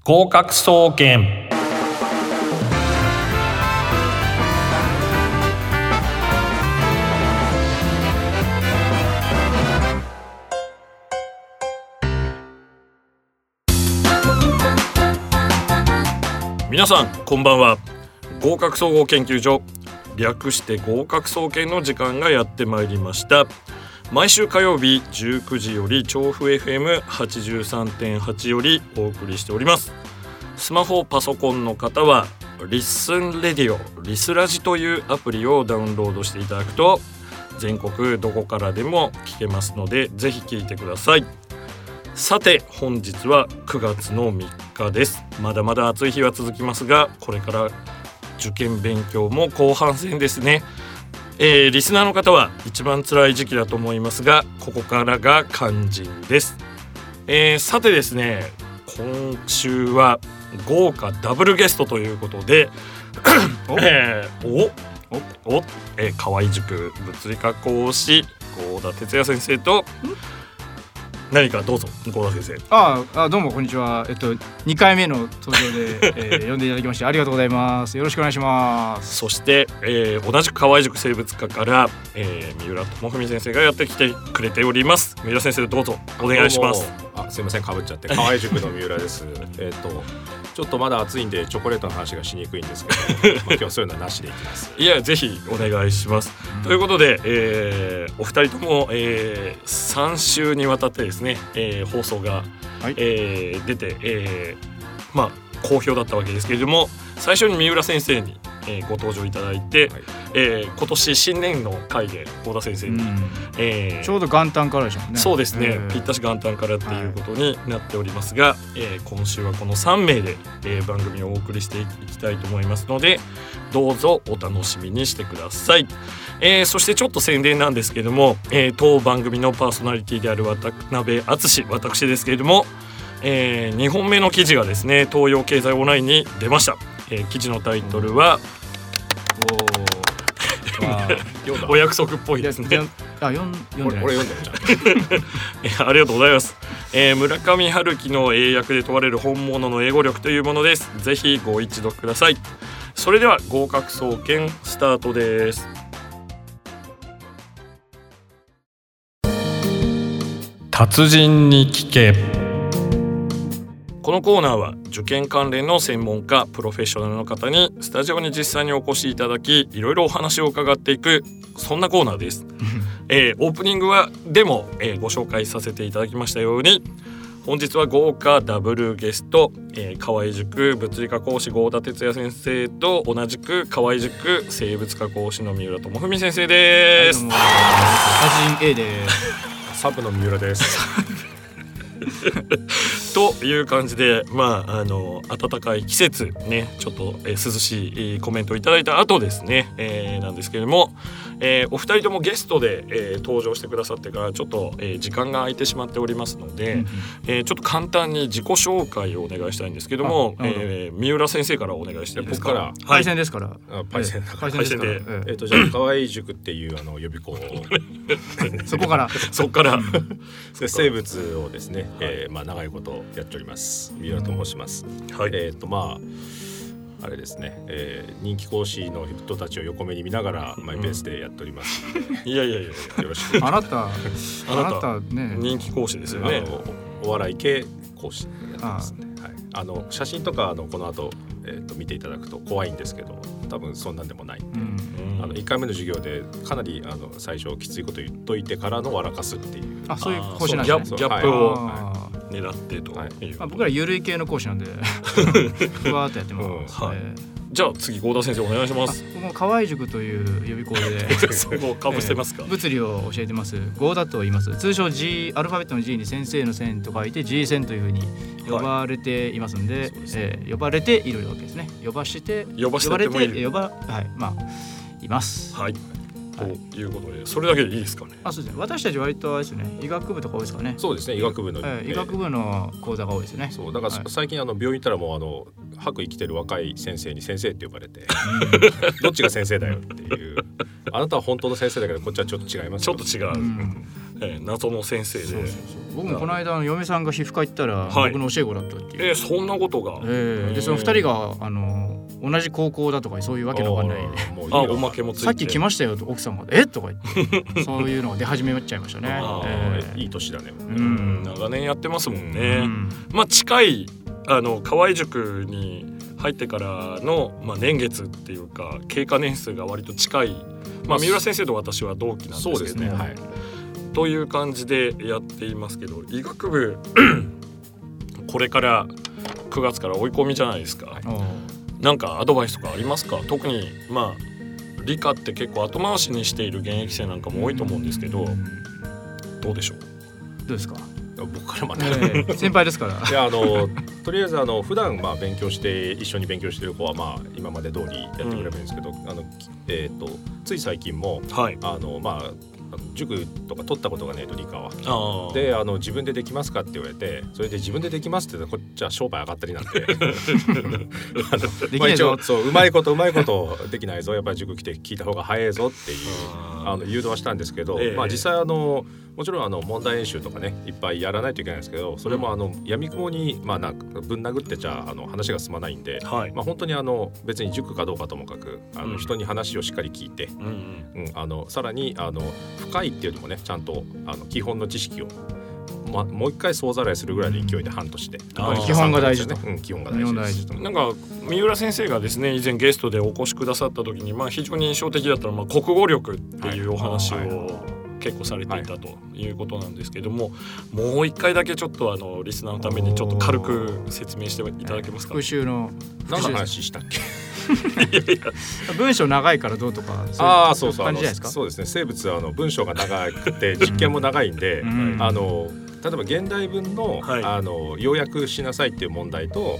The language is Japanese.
合格総研。皆さんこんばんは。合格総合研究所、略して合格総研の時間がやってまいりました。毎週火曜日19時より調布 FM83.8 よりお送りしております。スマホパソコンの方はリッスンレディオ、リスラジというアプリをダウンロードしていただくと全国どこからでも聞けますので、ぜひ聞いてください。さて本日は9月の3日です。まだまだ暑い日は続きますが、これから受験勉強も後半戦ですね。リスナーの方は一番辛い時期だと思いますが、ここからが肝心です。さてですね、今週は豪華ダブルゲストということで河合塾物理科講師合田哲也先生と、何かどうぞ合田先生。 どうもこんにちは。2回目の登場で、呼んでいただきましてありがとうございます。よろしくお願いします。 そして、同じく河合塾生物科から、三浦智文先生がやってきてくれております。三浦先生どうぞお願いします。 すいません、かぶっちゃって。河合塾の三浦ですちょっとまだ暑いんでチョコレートの話がしにくいんですけど、今日はそういうのはなしでいきます。 いや、ぜひお願いします。ということで、お二人とも、3週にわたってですね、放送が、出て、好評だったわけですけれども、最初に三浦先生に、ご登場いただいて、今年新年の会で合田先生に、 ちょうど元旦からでしょうね。 そうですね、ぴったし元旦からっていうことになっておりますが、今週はこの3名で、番組をお送りしていきたいと思いますので、どうぞお楽しみにしてください。そしてちょっと宣伝なんですけれども、当番組のパーソナリティである渡辺篤、私ですけれども、2本目の記事がですね、東洋経済オンラインに出ました。記事のタイトルはお約束っぽいですね。 俺読んでるじゃん。 ありがとうございます。村上春樹の英訳で問われる本物の英語力というものです。ぜひご一読ください。それでは合格総研スタートです。達人に聞け。このコーナーは受験関連の専門家、プロフェッショナルの方にスタジオに実際にお越しいただき、いろいろお話を伺っていく、そんなコーナーです。オープニングでも、ご紹介させていただきましたように、本日は豪華ダブルゲスト、河合塾物理科講師合田哲也先生と、同じく河合塾生物科講師の三浦智文先生です。 達人 A です。 サブの三浦ですという感じで、暖かい季節ね、ちょっと、涼しいコメントをいただいた後ですね、なんですけれども、お二人ともゲストで、登場してくださってからちょっと、時間が空いてしまっておりますので、ちょっと簡単に自己紹介をお願いしたいんですけども、三浦先生からお願いしていいですか。 からパイセンですから。 パイセンで、 じゃあ河合塾っていう予備校をそこから生物をですね、長いことやっております三浦と申します。あれですね、人気講師の人たちを横目に見ながらマイペースでやっております。 いやよろしく。 あなたね、 人気講師ですよね。 お笑い系講師やってますね。写真とかこの後、見ていただくと怖いんですけど、多分そんなんでもないんで、1回目の授業でかなり最初きついこと言っといてからの笑かすっていう、 そういう講師なんですね。 ギャップを狙ってという、 僕らゆるい系の講師なんでふわーっとやってます。 じゃあ次合田先生お願いします。 僕も河合塾という予備校でそこかぶせますか。 物理を教えてます合田と言います。通称 G、アルファベットの G に先生の線と書いて G 線というふうに呼ばれていますんで、呼ばれているわけですね。呼ばれています。 はい。ということで、それだけでいいですかね。 そうですね。私たち割とですね、医学部とか多いですかね。 そうですね、医学部の講座が多いですね。 そうだから、最近病院行ったらもう白衣着てる若い先生に先生って呼ばれてどっちが先生だよっていう、あなたは本当の先生だけどこっちはちょっと違います。 ちょっと違う、謎の先生で、 僕もこの間嫁さんが皮膚科行ったら、僕の教え子だったっていう。 そんなことが。 でその2人が同じ高校だとかそういうわけのわかんないおまけもついて、 さっき来ましたよと奥さんがとか言ってそういうのが出始めちゃいましたね。 いい年だね。 長年やってますもんね。まあ近い河合塾に入ってからの、年月っていうか経過年数が割と近い、三浦先生と私は同期なんですけど、そうですね、という感じでやっていますけど、医学部これから9月から追い込みじゃないですか。なんかアドバイスとかありますか？特に理科って結構後回しにしている現役生なんかも多いと思うんですけど、どうでしょう？ どうですか？ 僕からまた、 先輩ですから。 いやとりあえず普段勉強して一緒に勉強している子は今まで通りやってくれればいいんですけど、つい最近も、塾とか取ったことがねえと理科はで自分でできますかって言われて、それで自分でできますって言ったらこっちは商売上がったりなんで一応そううまいことできないぞ、やっぱり塾来て聞いた方が早いぞっていう誘導はしたんですけど、実際もちろん問題演習とかねいっぱいやらないといけないんですけど、それも闇雲にぶん殴ってちゃ話が進まないんで、本当に別に塾かどうかともかく人に話をしっかり聞いて、さらに深いっていうよりもねちゃんと基本の知識をもう一回総ざらいするぐらいの勢いで半年で基本が大事だ。 基本が大事です。 なんか三浦先生がですね以前ゲストでお越しくださった時に非常に印象的だったのは国語力っていうお話を結構されていたということなんですけども、もう一回だけちょっとリスナーのためにちょっと軽く説明していただけますか？ 復習の何の話したっけ？ 文章長いからどうとかそう感じじゃないですか？ そうですね、生物は文章が長くて実験も長いんで、例えば現代文の、要約しなさいっていう問題と